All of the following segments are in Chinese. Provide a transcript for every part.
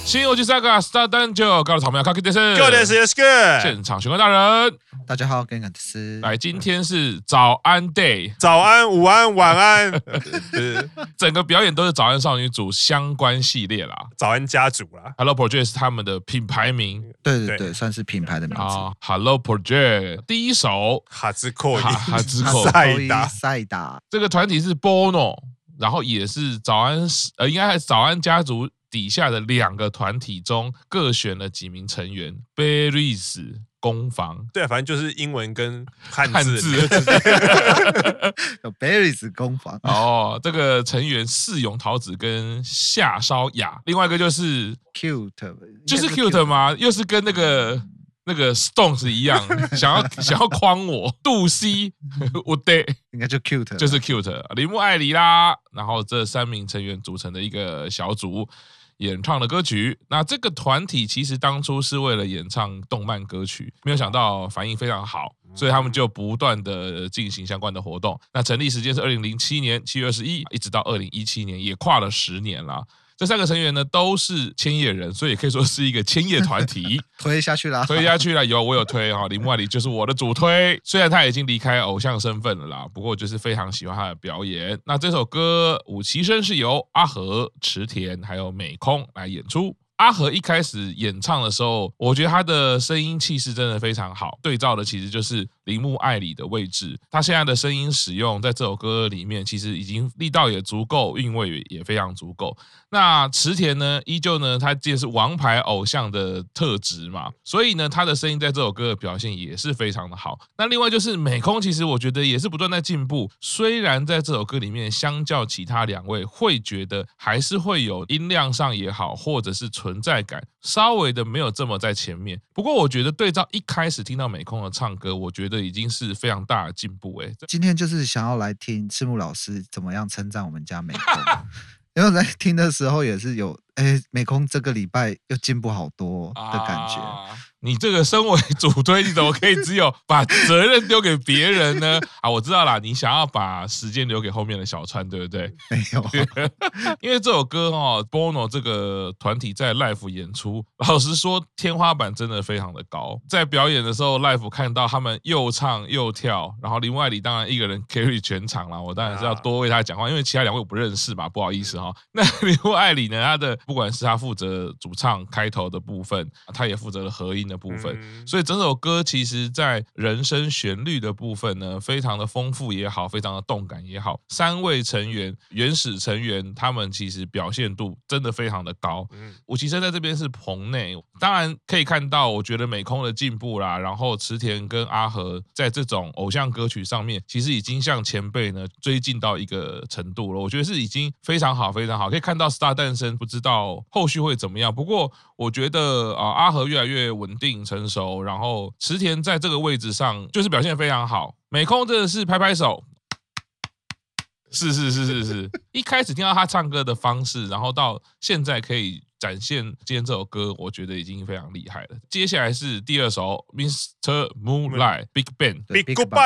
新欧吉萨嘎スターダンジョ高的草莓卡基です。 Good is good。 现场玄关大人， 大家好，跟感斯。 来，今天是早安 day， 早安、午安、晚安， 整个表演都是早安少女组相关系列啦。 早安家族啦。 Hello Project 是他们的品牌名， 对，算是品牌的名字。 Hello Project 第一首哈兹扣哈兹扣赛达， 这个团体是 Bono， 然后也是早安应该是早安家族底下的2个团体中各选了几名成员 ，Berries 攻防， 对，反正就是英文跟汉字。 有 Berries 攻防哦，这个成员四永桃子跟夏烧雅，另外一个就是 Cute， 就是 Cute 吗？又是跟那个 Stones 一样，想要诓我，杜 C 我对， 应该就 Cute， 就是 Cute， 铃木爱理啦，然后这3名成员组成的一个小组。演唱的歌曲，那这个团体其实当初是为了演唱动漫歌曲，没有想到反应非常好，所以他们就不断的进行相关的活动。那成立时间是2007年7月21，一直到2017年，也跨了10年了。这3个成员呢都是千叶人，所以也可以说是一个千叶团体。 推下去啦， 我有推哈，铃木爱理就是我的主推。虽然他已经离开偶像身份了啦，不过就是非常喜欢他的表演。那这首歌五期生是由阿和、池田还有美空来演出。阿和一开始演唱的时候，我觉得他的声音气势真的非常好，对照的其实就是铃木爱理的位置。他现在的声音使用在这首歌里面，其实已经力道也足够，韵味也非常足够。那池田呢，依旧呢，他既是王牌偶像的特质嘛，所以呢，他的声音在这首歌的表现也是非常的好。那另外就是美空，其实我觉得也是不断在进步。虽然在这首歌里面，相较其他2位，会觉得还是会有音量上也好，或者是存在感稍微的没有这么在前面。不过我觉得对照一开始听到美空的唱歌，我觉得已经是非常大的进步。 今天就是想要来听赤木老师怎么样称赞我们家美空。因为我在听的时候也是有，美空这个礼拜又进步好多的感觉。 你这个身为主推，你怎么可以只有把责任丢给别人呢？我知道啦，你想要把时间留给后面的小川，对不对？ 没有， 因为这首歌Bono 这个团体在 live 演出，老实说天花板真的非常的高。在表演的时候 live 看到他们又唱又跳，然后铃木爱理当然一个人 carry 全场啦，我当然是要多为他讲话，因为其他2位我不认识嘛，不好意思哈。那铃木爱理呢，他的不管是他负责主唱开头的部分，他也负责了和音的部分，所以整首歌其实在人声旋律的部分呢，非常的丰富也好，非常的动感也好。3位成员原始成员他们其实表现度真的非常的高。五期生在这边是棚内，当然可以看到我觉得美空的进步啦，然后池田跟阿和在这种偶像歌曲上面其实已经向前辈呢追进到一个程度了，我觉得是已经非常好非常好，可以看到 Star 诞生，不知道后续会怎么样。不过我觉得阿和越来越稳定成熟，然后池田在这个位置上就是表现非常好，美空真的是拍拍手。是，一开始听到他唱歌的方式，然后到现在可以展现今天这首歌，我觉得已经非常厉害了。接下来是第2首 Mr. Moonlight Big Band，Big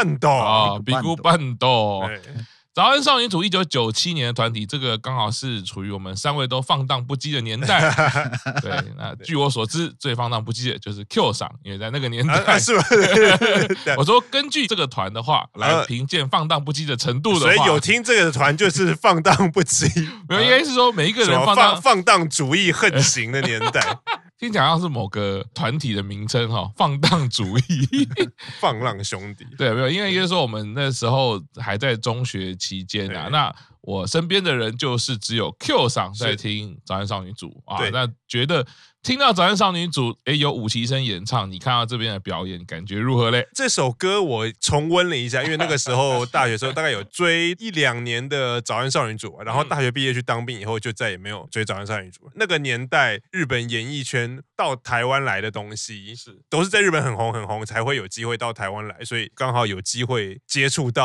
Band。早安少女组1997年的团体，这个刚好是处于我们3位都放荡不羁的年代。对，那据我所知，最放荡不羁的就是 Q 赏，因为在那个年代， 是吧？ 我说根据这个团的话来评鉴放荡不羁的程度的话， 所以有听这个团就是放荡不羁， 没有，应该是说每一个人放荡主义横行的年代。 听起来像是某个团体的名称放荡主义， 放浪兄弟。 对，没有，因为就是说我们那时候还在中学期间啊，那我身边的人就是只有 Q 赏在听早安少女组啊，那觉得听到早安少女组有五期生演唱，你看到这边的表演感觉如何嘞？ 这首歌我重温了一下，因为那个时候大学时候大概有追1-2年的早安少女组，然后大学毕业去当兵以后就再也没有追早安少女组。那个年代日本演艺圈到台湾来的东西都是在日本很红很红才会有机会到台湾来，所以刚好有机会接触到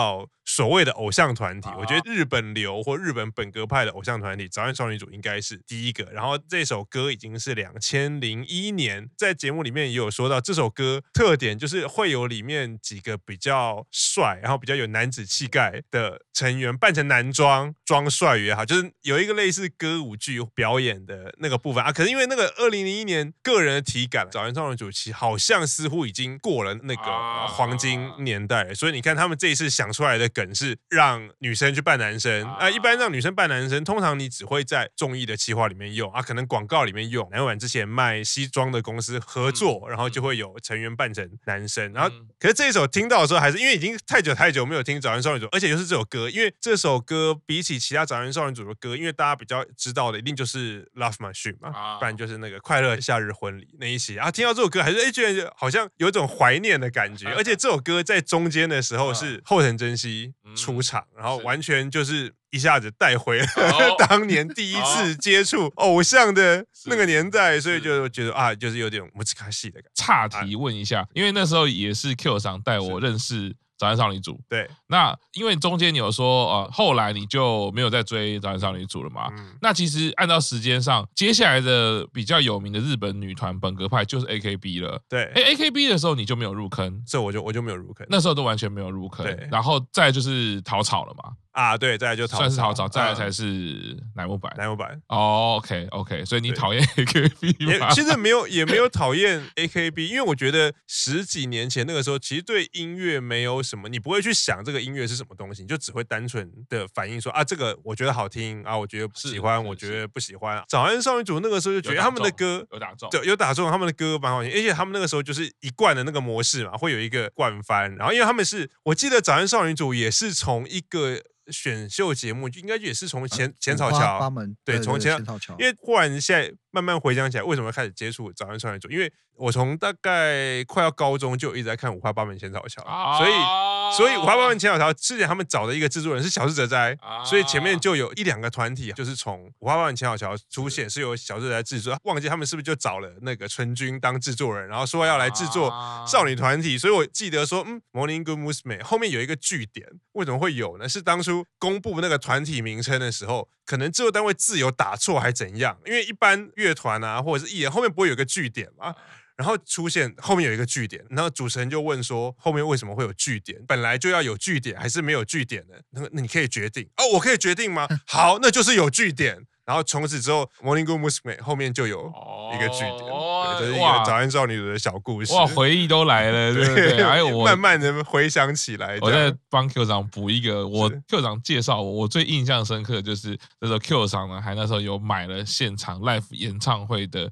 所谓的偶像团体，我觉得日本流或日本本格派的偶像团体，早安少女组应该是第一个。然后这首歌已经是2001年，在节目里面也有说到，这首歌特点就是会有里面几个比较帅，然后比较有男子气概的成员扮成男装装帅也好，就是有一个类似歌舞剧表演的那个部分啊。可是因为那个2001年个人的体感，早安少女组其实好像似乎已经过了那个黄金年代了，所以你看他们这一次想出来的梗是让女生去扮男生啊。一般让女生扮男生，通常你只会在综艺的企划里面用啊，可能广告里面用。南晚之前卖西装的公司合作，然后就会有成员扮成男生。然后，可是这一首听到的时候，还是因为已经太久没有听早安少女组，而且又是这首歌，因为这首歌比起其他早安少女组的歌，因为大家比较知道的一定就是《Love Machine》嘛，不然就是那个《快乐夏日婚礼》那一期啊。听到这首歌，还是觉得好像有一种怀念的感觉。而且这首歌在中间的时候是后藤真希出场，然后完全就是一下子带回了当年第一次接触偶像的那个年代，所以就觉得啊，就是有点莫斯卡系的感觉。 岔题问一下，因为那时候也是 Q 桑带我认识早安少女组。 对， 那因为中间你有说后来你就没有再追早安少女组了嘛？那其实按照时间上，接下来的比较有名的日本女团本格派就是 AKB 了。 对 ，AKB 的时候你就没有入坑， 这我就没有入坑， 那时候都完全没有入坑。 对， 然后再桃草了嘛？ 啊，对，再来就算是桃草，再来才是乃木坂。 乃木坂哦 ，OK， 所以你讨厌 AKB 吗？ 其实也没有讨厌 AKB， 因为我觉得10几年前那个时候，其实对音乐没有什么，你不会去想这个音乐是什么东西，你就只会单纯的反映说啊，这个我觉得好听啊，我觉得喜欢，我觉得不喜欢。早安少女组那个时候就觉得他们的歌有打中， 对，有打中，他们的歌蛮好听，而且他们那个时候就是一贯的那个模式嘛，会有一个惯翻，然后因为他们是，我记得早安少女组也是从一个选秀节目，应该也是从浅草桥，对，从浅草桥，因为忽然现在慢慢回想起来，为什么开始接触早安少女组？因为我从大概快要高中就一直在看五花八门浅草桥，所以五花八门浅草桥之前他们找的一个制作人是小室哲哉，所以前面就有1-2个团体就是从五花八门浅草桥出现，是由小室哲哉制作，忘记他们是不是就找了那个春君当制作人，然后说要来制作少女团体，所以我记得说Morning Good Musume 后面有一个句点，为什么会有呢？是当初公布那个团体名称的时候，可能制作单位字有打错还怎样？因为一般乐团啊或者是艺人后面不会有一个句点嘛，然后出现后面有一个句点，然后主持人就问说后面为什么会有句点？本来就要有句点还是没有句点的？那你可以决定哦，我可以决定吗？好，那就是有句点。然后从此之后 ，Morning Good Musume 后面就有一个句点，这是一个早安少女的小故事。 哇，回忆都来了，对不对？还有我慢慢的回想起来， 我在帮 Q 长补一个，我 Q 长介绍我最印象深刻的就是那时候 Q 长呢，还那时候有买了现场 live 演唱会的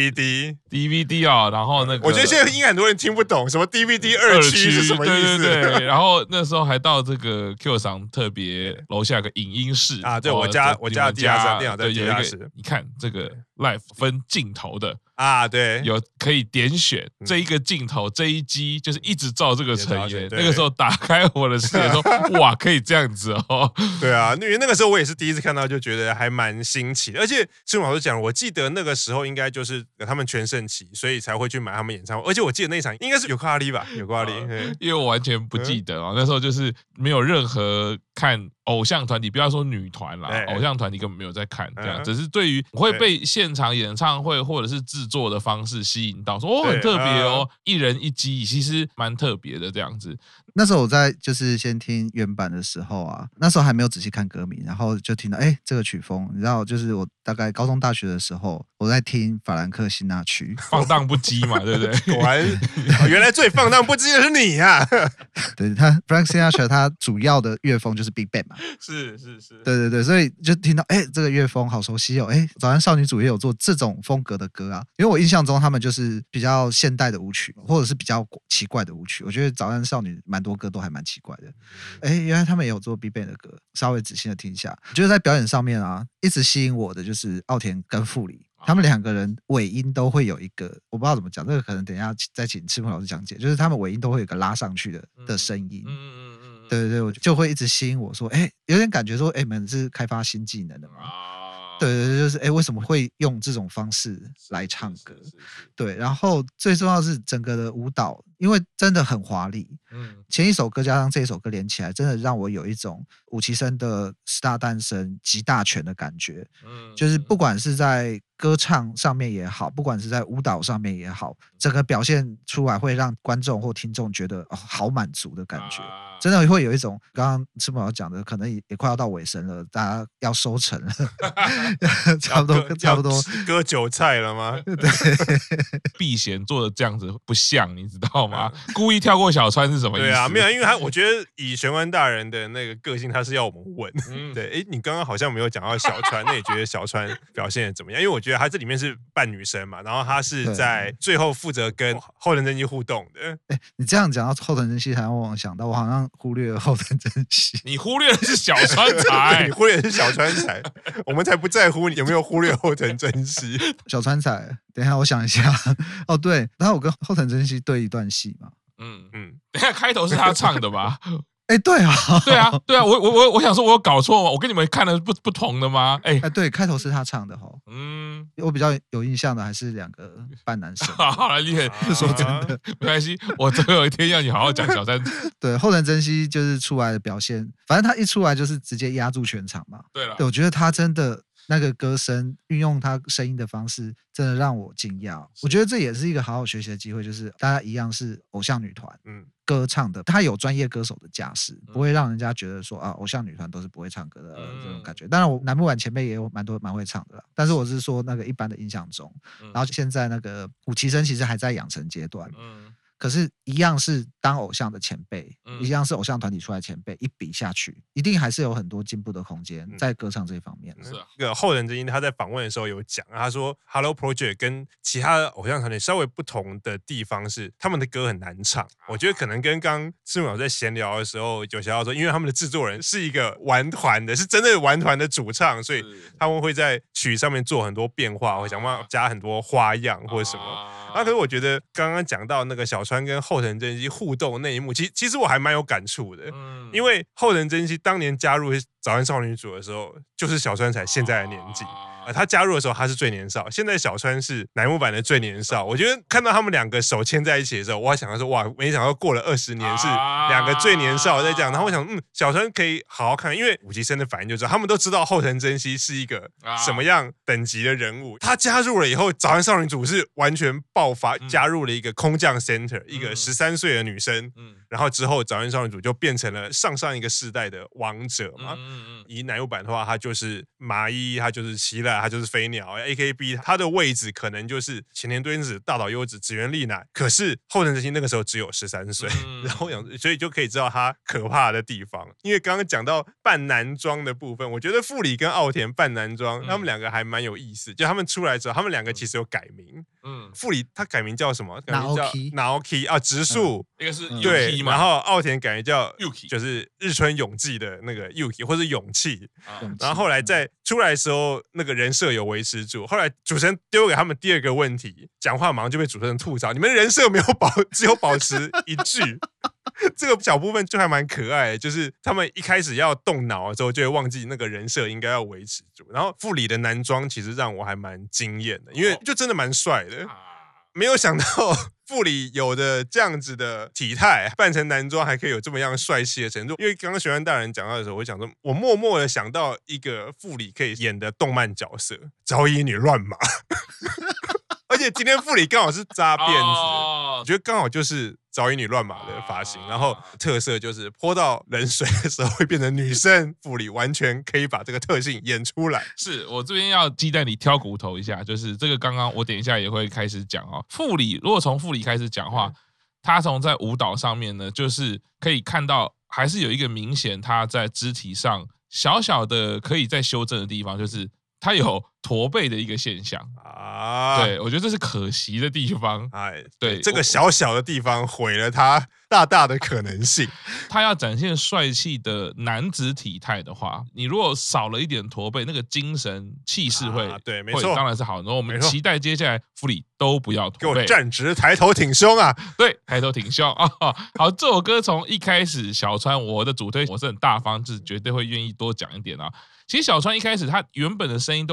DVD 啊，然后那个我觉得现在应该很多人听不懂什么 DVD 2区是什么意思， 对，然后那时候还到这个 Q 长特别楼下有个影音室啊，对我家的地下室电脑在地下室， 你看这个 live 分镜头的。 啊，对， 有可以点选这一个镜头，这一机就是一直照这个成员。那个时候打开我的视野说，哇，可以这样子哦。 对啊，因为那个时候我也是第一次看到，就觉得还蛮新奇的。而且志勇老师讲，我记得那个时候应该就是他们全盛期，所以才会去买他们演唱会。而且我记得那一场应该是有夸力吧，有夸力， 因为我完全不记得啊，那时候就是没有任何看偶像团体，不要说女团啦，偶像团体根本没有在看，这样只是对于会被现场演唱会或者是制作的方式吸引到，说很特别哦，一人一机，其实蛮特别的这样子。 那时候我在就是先听原版的时候啊，那时候还没有仔细看歌名，然后就听到这个曲风，你知道，就是我大概高中大学的时候，我在听法兰克辛纳曲， 放荡不羁嘛，对不对？ 果然，原来最放荡不羁的是你呀！ 对，他 Frank Sinatra 他主要的乐风就是 Big Band 嘛， 是， 对，所以就听到这个乐风好熟悉哦，早安少女组也有做这种风格的歌啊，因为我印象中他们就是比较现代的舞曲，或者是比较奇怪的舞曲，我觉得早安少女蛮多歌都还蛮奇怪的。原来他们也有做 Big Bang 的歌，稍微仔细的听一下，就是在表演上面啊，一直吸引我的就是奥田跟富里，他们2个人尾音都会有一个，我不知道怎么讲，这个可能等一下再请赤木老师讲解，就是他们尾音都会有一个拉上去的声音。对，我就会一直吸引我说，有点感觉说，你们是开发新技能的吗？对，就是为什么会用这种方式来唱歌？对，然后最重要的是整个的舞蹈因为真的很华丽。 嗯前一首歌加上这一首歌连起来，真的让我有一种武崎生的四大诞生集大全的感觉。就是不管是在歌唱上面也好，不管是在舞蹈上面也好，整个表现出来会让观众或听众觉得好满足的感觉。真的会有一种刚刚赤木老师讲的，可能也快要到尾声了，大家要收成了，差不多割韭菜了吗？ 对， 避嫌做的这样子不像，你知道吗？故意跳过小川是什么意思？ 对啊，没有，因为我觉得以玄关大人的那个个性，他是要我们问。对，你刚刚好像没有讲到小川，那你觉得小川表现得怎么样？因为我觉得他这里面是扮女生嘛，然后他是在最后负责跟后藤真希互动的。 你这样讲到后藤真希，才让我想到我好像忽略了后藤真希。 你忽略的是小川彩， 你忽略的是小川彩，我们才不在乎你有没有忽略后藤真希。 小川彩，等一下我想一下。哦，对，然后我跟后藤真希对一段戏嘛。 等一下开头是他唱的吧？ 对啊， 对啊，我想说，我有搞错吗？我跟你们看的不同的吗？ 对，开头是他唱的齁。我比较有印象的还是两个扮男生。 好了，你说真的， 没关系，我总有一天要你好好讲小山。 对，后藤真希就是出来的表现，反正他一出来就是直接压住全场嘛。 对了， 我觉得他真的那个歌声运用他声音的方式，真的让我惊讶。我觉得这也是一个好好学习的机会，就是大家一样是偶像女团，歌唱的，他有专业歌手的架势，不会让人家觉得说偶像女团都是不会唱歌的这种感觉。当然，我楠木坂前辈也有蛮会唱的啦，但是我是说那个一般的印象中，然后现在那个武崎生其实还在养成阶段。可是，一样是当偶像的前辈，一样是偶像团体出来的前辈，一比下去，一定还是有很多进步的空间在歌唱这一方面。 是啊， 这个后藤真希他在访问的时候有讲，他说 Hello Project 跟其他的偶像团体稍微不同的地方是，他们的歌很难唱。我觉得可能跟刚赤木老师在闲聊的时候有想到说，因为他们的制作人是一个玩团的，是真的玩团的主唱，所以他们会在曲上面做很多变化，会想办法加很多花样或者什么。可是我觉得刚刚讲到那个小川跟后藤真希互动那一幕，其实我还蛮有感触的，因为后藤真希当年加入早安少女组的时候，就是小川彩现在的年纪。他加入的时候他是最年少，现在小川是乃木坂的最年少。我觉得看到他们两个手牵在一起的时候，我还想到说哇，没想到过了20年是两个最年少在这样。然后我想小川可以好好看，因为武崎生的反应就知道他们都知道后藤真希是一个什么样等级的人物。他加入了以后，早安少女组是完全爆发，加入了一个空降 center， 一个13岁的女生。然后之后早安少女组就变成了上一个世代的王者嘛。以乃木坂的话，他就是麻衣，他就是希濑，他就是飞鸟 AKB， 他的位置可能就是前田敦子、大岛优子、指原莉乃。可是后藤真希那个时候只有13岁，然后所以就可以知道他可怕的地方。因为刚刚讲到扮男装的部分，我觉得富里跟奥田扮男装，他们两个还蛮有意思。就他们出来之后，他们两个其实有改名。富里他改名叫什么？改名叫 Naoki 啊，直树。 一个是 Yuki 嘛，然后奥田改名叫 Yuki， 就是日春永纪的那个 Yuki， 或是勇气。然后后来在出来的时候，那个人设有维持住。后来主持人丢给他们第二个问题，讲话马上就被主持人吐槽：你们人设没有只有保持一句。这个小部分就还蛮可爱的，就是他们一开始要动脑的时候，就会忘记那个人设应该要维持住。然后富里的男装其实让我还蛮惊艳的，因为就真的蛮帅的。没有想到富里有的这样子的体态，扮成男装还可以有这么样帅气的程度。因为刚刚玄幻大人讲到的时候，我想说，我默默的想到一个富里可以演的动漫角色——早乙女乱马。而且今天富里刚好是扎辫子，我觉得刚好就是早乙女乱马的发型，然后特色就是泼到冷水的时候会变成女生，富里完全可以把这个特性演出来。 是我这边要鸡蛋里挑骨头一下，就是这个刚刚我等一下也会开始讲哦。富里如果从富里开始讲话，他从在舞蹈上面呢，就是可以看到还是有一个明显他在肢体上小小的可以再修正的地方，就是他有驼背的一个现象啊，对，我觉得这是可惜的地方。对， 这个小小的地方毁了他大大的可能性。 他要展现帅气的男子体态的话，你如果少了一点驼背，那个精神气势会， 对，没错， 当然是好。然后我们期待接下来富里都不要驼背， 给我站直，抬头挺胸啊！ 对，抬头挺胸啊！好，这首歌从一开始小川我的主推，我是很大方，是绝对会愿意多讲一点啊。其实小川一开始他原本的声音都一直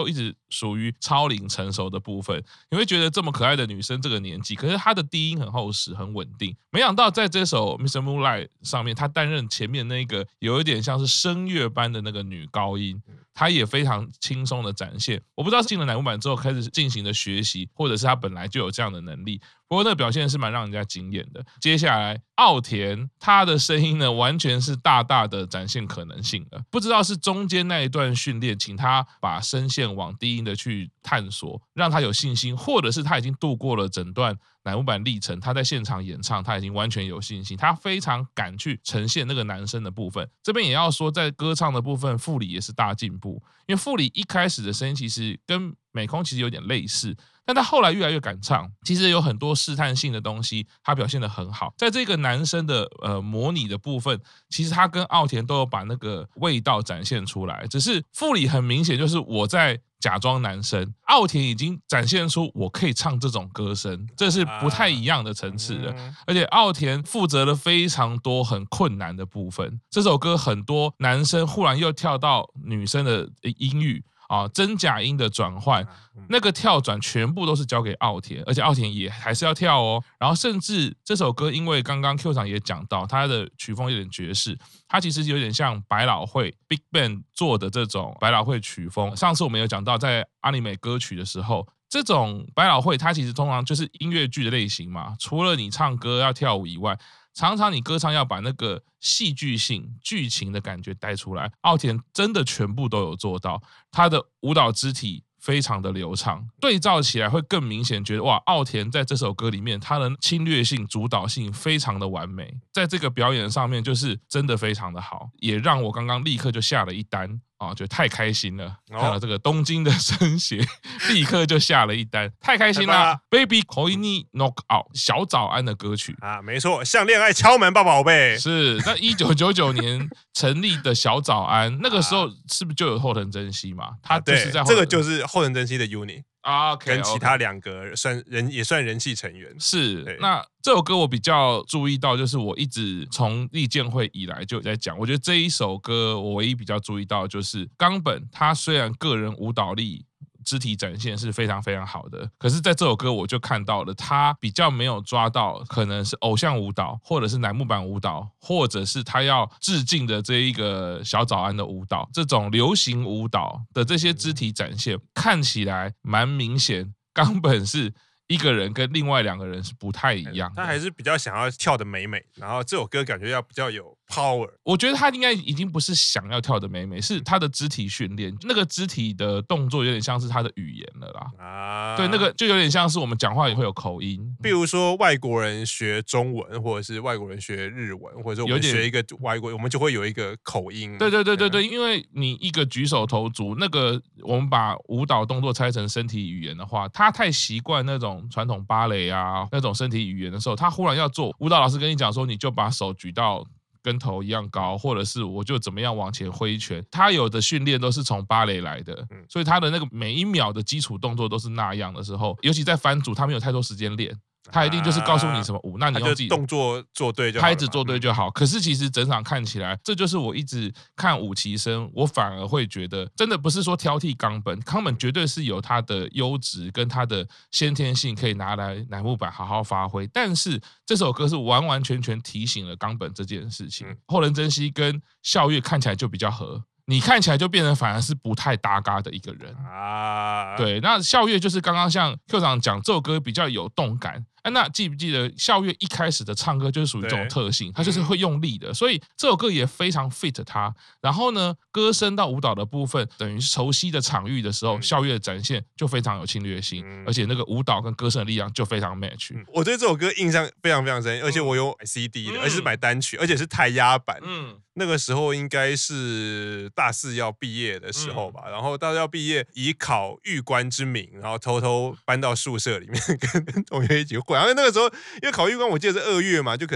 属于超龄成熟的部分。你会觉得这么可爱的女生这个年纪，可是她的低音很厚实，很稳定。没想到在这首《Mr. Moonlight》上面，她担任前面那个有一点像是声乐般的那个女高音，她也非常轻松的展现。我不知道进了乃木坂之后开始进行的学习，或者是她本来就有这样的能力。不过那个表现是蛮让人家惊艳的。接下来奥田他的声音呢，完全是大大的展现可能性了。不知道是中间那一段训练，请他把声线往低音的去探索，让他有信心，或者是他已经度过了整段乃木坂历程，他在现场演唱，他已经完全有信心，他非常敢去呈现那个男生的部分。这边也要说，在歌唱的部分，富里也是大进步，因为富里一开始的声音其实跟美空其实有点类似。但他后来越来越敢唱，其实有很多试探性的东西，他表现得很好。在这个男生的模拟的部分，其实他跟奥田都有把那个味道展现出来。只是富里很明显就是我在假装男生，奥田已经展现出我可以唱这种歌声，这是不太一样的层次的。而且奥田负责了非常多很困难的部分。这首歌很多男生忽然又跳到女生的音域。真假音的转换，那个跳转全部都是交给奥田，而且奥田也还是要跳哦。然后甚至这首歌，因为刚刚 Q 长也讲到，它的曲风有点爵士，它其实有点像百老汇 Big Band 做的这种百老汇曲风。上次我们有讲到，在阿尼美歌曲的时候，这种百老汇它其实通常就是音乐剧的类型嘛，除了你唱歌要跳舞以外，常常你歌唱要把那个戏剧性、剧情的感觉带出来。奥田真的全部都有做到，他的舞蹈肢体非常的流畅，对照起来会更明显，觉得哇，奥田在这首歌里面他的侵略性、主导性非常的完美，在这个表演上面就是真的非常的好，也让我刚刚立刻就下了一单。觉得太开心了，看到这个东京的声协，立刻就下了一单，太开心啦 ！Baby Koini Knock Out 小早安的歌曲啊，没错，向恋爱敲门吧，宝贝。 是那1999年成立的小早安，那个时候是不是就有后藤真希嘛？他就是在这个就是后藤真希的 unit。跟其他两个也算人气成员是。那这首歌我比较注意到，就是我一直从立剑会以来就有在讲，我觉得这一首歌我唯一比较注意到就是冈本，他虽然个人舞蹈力肢体展现是非常非常好的，可是在这首歌我就看到了他比较没有抓到可能是偶像舞蹈，或者是乃木坂舞蹈，或者是他要致敬的这一个小早安的舞蹈，这种流行舞蹈的这些肢体展现看起来蛮明显，冈本是一个人跟另外两个人是不太一样的， 他还是比较想要跳的美美，然后这首歌感觉要比较有 power。 我觉得他应该已经不是想要跳的美美，是他的肢体训练，那个肢体的动作有点像是他的语言了啦。对，那个就有点像是我们讲话也会有口音， 比如说外国人学中文，或者是外国人学日文，或者是我们学一个外国，我们就会有一个口音。 对，因为你一个举手投足，那个我们把舞蹈动作拆成身体语言的话，他太习惯那种传统芭蕾啊那种身体语言的时候，他忽然要做舞蹈老师跟你讲说，你就把手举到跟头一样高，或者是我就怎么样往前挥拳，他有的训练都是从芭蕾来的，所以他的那个每一秒的基础动作都是那样的时候，尤其在番组他没有太多时间练，他一定就是告诉你什么舞，那你用自己动作做对就好， 拍子做对就好。可是其实整场看起来，这就是我一直看武崎生，我反而会觉得，真的不是说挑剔冈本绝对是有他的优质跟他的先天性可以拿来乃木坂好好发挥。但是这首歌是完完全全提醒了冈本这件事情。后藤真希跟孝月看起来就比较合。你看起来就变成反而是不太搭嘎的一个人啊。对，那孝月就是刚刚像 Q 长讲，这首歌比较有动感。那记不记得孝月一开始的唱歌就是属于这种特性，他就是会用力的，所以这首歌也非常 fit 他。然后呢，歌声到舞蹈的部分，等于熟悉的场域的时候，孝月的展现就非常有侵略性，而且那个舞蹈跟歌声的力量就非常 match。 我对这首歌印象非常非常深，而且我有买 CD 的，而且是买单曲，而且是台压版。那个时候应该是大四要毕业的时候吧，然后大四要毕业，以考玉官之名，然后偷偷搬到宿舍里面跟同学一起混。然后那个时候因为考玉官，我记得是2月嘛，就可能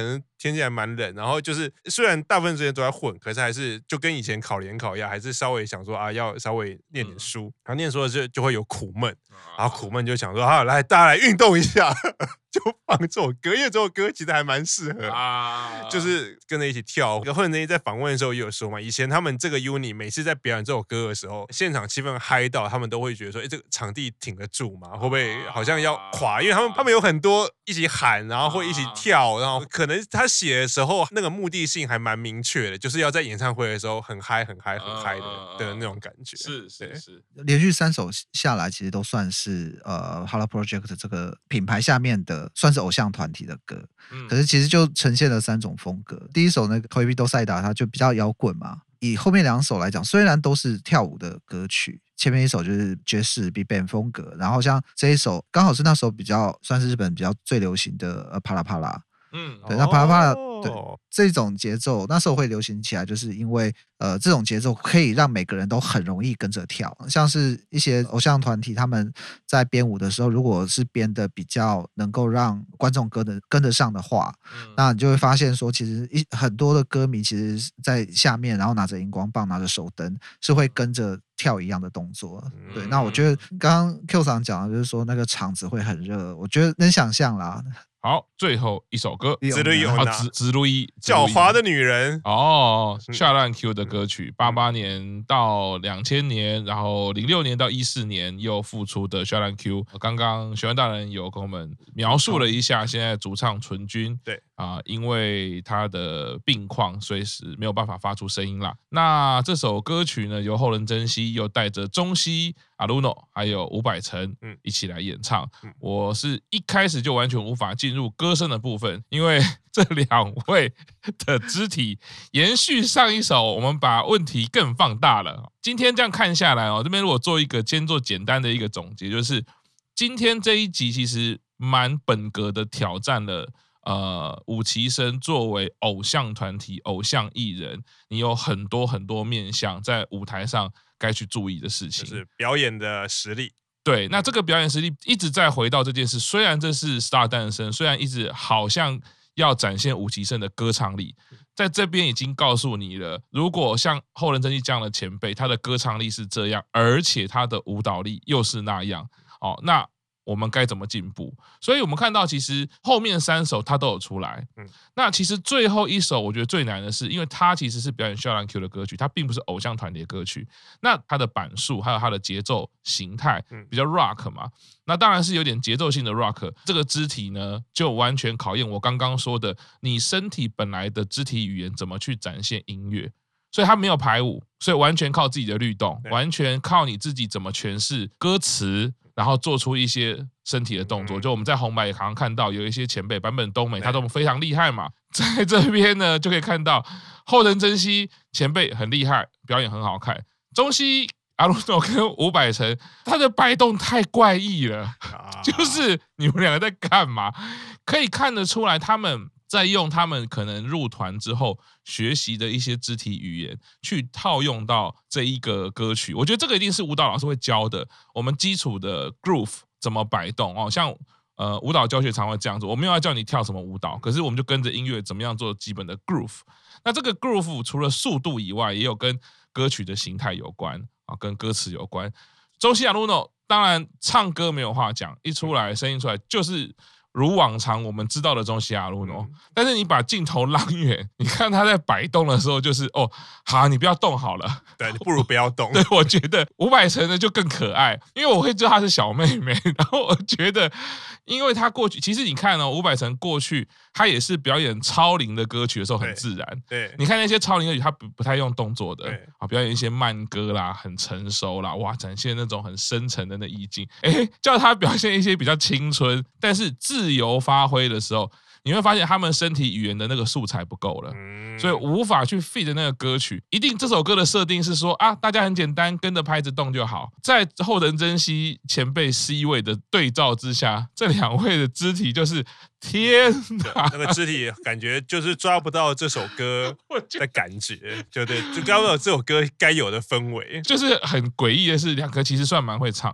天气还蛮冷，然后就是虽然大部分时间都在混，可是还是就跟以前考联考一样，还是稍微想说啊，要稍微念点书。然后念书的时候就会有苦闷，然后苦闷就想说啊，来大家来运动一下，就放这首歌，因为这首歌其实还蛮适合就是跟着一起跳。或者那在访问的时候也有说嘛，以前他们这个 uni 每次在表演这首歌的时候，现场气氛嗨到，他们都会觉得说，这个场地挺得住吗？会不会好像要垮？因为他们有很多一起喊，然后会一起跳，然后可能他写的时候那个目的性还蛮明确的，就是要在演唱会的时候很嗨、很嗨、很嗨的那种感觉。 是， 连续3首下来，其实都算是Hala Project 这个品牌下面的算是偶像团体的歌。可是其实就呈现了3种风格。第一首那个 Koibi Saida 它就比较摇滚嘛。以后面2首来讲，虽然都是跳舞的歌曲，前面一首就是爵士 Big Band 风格，然后像这一首刚好是那时候比较算是日本比较最流行的帕拉帕拉。对，那帕拉帕拉对这种节奏那时候会流行起来，就是因为这种节奏可以让每个人都很容易跟着跳。像是一些偶像团体他们在编舞的时候，如果是编的比较能够让观众跟得上的话，那你就会发现说，其实很多的歌迷其实在下面，然后拿着荧光棒拿着手灯是会跟着跳一样的动作。对，那我觉得刚刚 Q 厂讲的就是说那个场子会很热，我觉得能想象啦。 好，最后一首歌， 直路伊直路伊狡猾的女人下烂 Q 的歌曲，88年到2000年，然后06年到14年又复出的下烂 Q。刚刚学员大人有跟我们描述了一下，现在主唱纯君对因为他的病况，所以是没有办法发出声音啦。那这首歌曲呢，由后人珍惜又带着中西阿鲁诺还有伍佰成一起来演唱。我是一开始就完全无法进入歌声的部分，因为这2位的肢体延续上一首，我们把问题更放大了。今天这样看下来这边如果先做简单的一个总结，就是今天这一集其实蛮本格的挑战了。五期生作为偶像团体、偶像艺人，你有很多很多面向在舞台上该去注意的事情， 就是表演的实力。 对，那这个表演实力一直在回到这件事。虽然这是 Star 诞生，虽然一直好像要展现五期生的歌唱力，在这边已经告诉你了。如果像后人真纪这样的前辈，他的歌唱力是这样，而且他的舞蹈力又是那样，那我们该怎么进步？所以我们看到，其实后面3首他都有出来。那其实最后一首，我觉得最难的是，因为它其实是表演笑兰 Q 的歌曲，它并不是偶像团体的歌曲。那它的版数还有它的节奏形态比较 rock 嘛，那当然是有点节奏性的 rock。这个肢体呢，就完全考验我刚刚说的，你身体本来的肢体语言怎么去展现音乐。所以它没有排舞，所以完全靠自己的律动，完全靠你自己怎么诠释歌词。然后做出一些身体的动作，就我们在红白也常常看到有一些前辈，坂本冬美他都非常厉害嘛，在这边呢就可以看到后人珍惜前辈很厉害，表演很好看，中西阿鲁诺跟伍佰成他的摆动太怪异了，就是你们2个在干嘛？可以看得出来他们在用他们可能入团之后学习的一些肢体语言去套用到这一个歌曲，我觉得这个一定是舞蹈老师会教的。我们基础的 groove 怎么摆动像舞蹈教学常会这样子，我没有要叫你跳什么舞蹈，可是我们就跟着音乐怎么样做基本的 groove。那这个 groove 除了速度以外，也有跟歌曲的形态有关跟歌词有关。周西亚鲁诺当然唱歌没有话讲，一出来声音出来就是如往常我们知道的中西亚鲁诺，但是你把镜头拉远，你看他在摆动的时候，就是好，你不要动好了， 对，不如不要动。 对，我觉得伍佰成呢就更可爱，因为我会知道她是小妹妹，然后我觉得，因为她过去，其实你看伍佰成过去他也是表演超龄的歌曲的时候很自然， 对， 你看那些超龄歌曲，他不太用动作的，表演一些慢歌啦，很成熟啦，哇，展现那种很深沉的那意境，叫他表现一些比较青春，但是自由发挥的时候，你会发现他们身体语言的那个素材不够了，所以无法去 fit 那个歌曲。一定这首歌的设定是说大家很简单，跟着拍子动就好。在后人珍惜前辈 C 位的对照之下，这2位的肢体就是天哪， 那个肢体感觉就是抓不到这首歌的感觉，就抓不到这首歌该有的氛围。 就是很诡异的是，2个其实算蛮会唱的。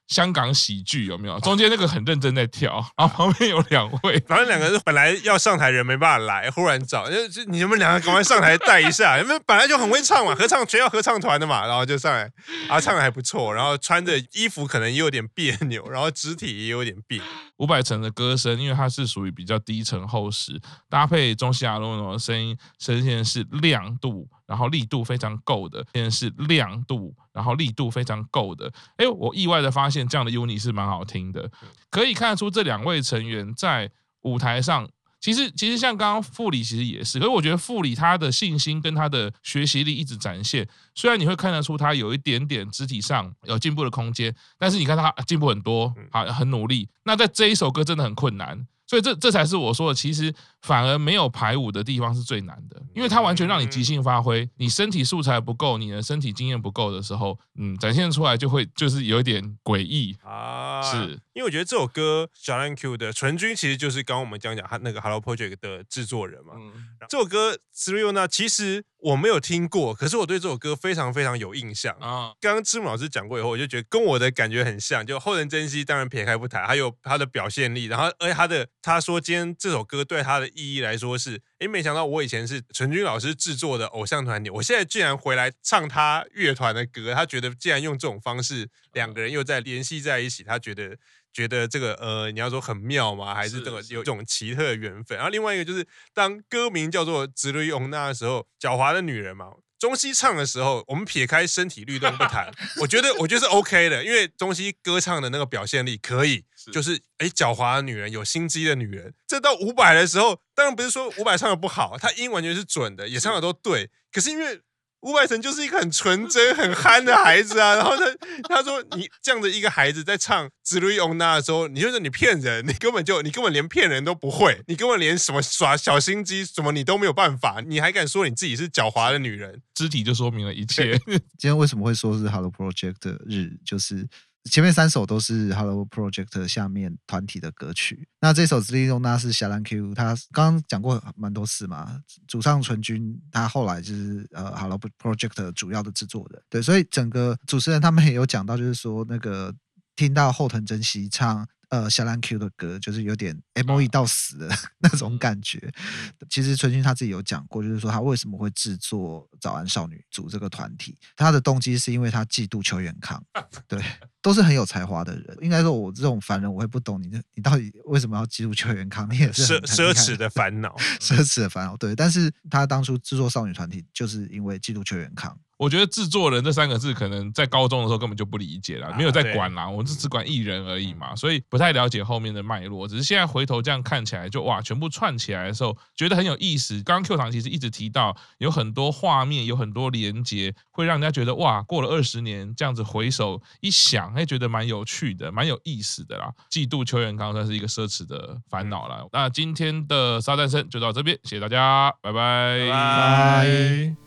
香港喜剧有没有？中间那个很认真在跳，然后旁边有2位， 反正2个人本来要上台人没办法来，忽然找，就你们2个赶快上台带一下，你们本来就很会唱嘛，全校合唱团的嘛，然后就上来，然后唱的还不错，然后穿的衣服可能也有点别扭，然后肢体也有点别扭。 伍佰成的歌声，因为它是属于比较低沉厚实，搭配中西亚罗诺的声音，呈现是亮度，然后力度非常够的，现在是亮度，然后力度非常够的。哎，我意外的发现这样的 unit 是蛮好听的，可以看得出这2位成员在舞台上。其实像刚刚傅里其实也是，可是我觉得傅里他的信心跟他的学习力一直展现，虽然你会看得出他有一点点肢体上有进步的空间，但是你看他进步很多，很努力。那在这一首歌真的很困难，所以这才是我说的，其实反而没有排舞的地方是最难的，因为它完全让你即兴发挥，你身体素材不够，你的身体经验不够的时候，展现出来就是有一点诡异啊。是因为我觉得这首歌小蓝 Q 的纯君其实就是刚刚我们讲他那个 Hello Project 的制作人嘛。这首歌 Tsuruyo 其实我没有听过，可是我对这首歌非常非常有印象啊。刚刚赤木老师讲过以后，我就觉得跟我的感觉很像，就后藤真希当然撇开不谈，还有他的表现力，然后而且他说今天这首歌对他的意义来说是，没想到我以前是纯君老师制作的偶像团体，我现在竟然回来唱他乐团的歌，他觉得既然用这种方式2个人又在联系在一起，他觉得这个你要说很妙吗？还是这个有这种奇特的缘分？然后另外一个就是当歌名叫做《直律翁娜》的时候，狡狡猾的女人嘛。中西唱的时候，我们撇开身体律动不谈，我觉得是 OK 的，因为中西歌唱的那个表现力可以，就是狡猾的女人，有心机的女人。这到伍佰的时候，当然不是说伍佰唱的不好，他音完全是准的，也唱的都对，可是因为伍佰成就是一个很纯真、很憨的孩子啊。然后他说你这样的一个孩子在唱《紫绿翁娜》的时候，你就说你骗人，你根本连骗人都不会，你根本连什么耍小心机什么你都没有办法，你还敢说你自己是狡猾的女人？ 肢体就说明了一切。 今天为什么会说是 Hello Project 的日，就是前面3首都是 Hello Project 下面团体的歌曲。那这首《直立中》是小蓝 Q， 他刚刚讲过蛮多次嘛，主唱纯君他后来就是Hello Project 主要的制作人，对，所以整个主持人他们也有讲到，就是说那个听到后藤真希唱小蓝 Q 的歌，就是有点 MOE 到死的那种感觉。其实纯君他自己有讲过，就是说他为什么会制作早安少女组这个团体，他的动机是因为他嫉妒邱元康，对，都是很有才华的人。应该说我这种凡人我会不懂你到底为什么要嫉妒邱元康，你也是奢侈的烦恼， 奢侈的烦恼，对。但是他当初制作少女团体，就是因为嫉妒邱元康。 我觉得制作人这3个字可能在高中的时候根本就不理解啦，没有在管啦，我们只管艺人而已嘛，所以不太了解后面的脉络。只是现在回头这样看起来，就哇，全部串起来的时候，觉得很有意思。刚刚 Q 堂其实一直提到，有很多画面，有很多连结，会让人家觉得哇，过了20年这样子回首一想，觉得蛮有趣的，蛮有意思的啦。嫉妒邱元康算是一个奢侈的烦恼啦。那今天的沙诞生就到这边，谢谢大家，拜拜。 拜拜。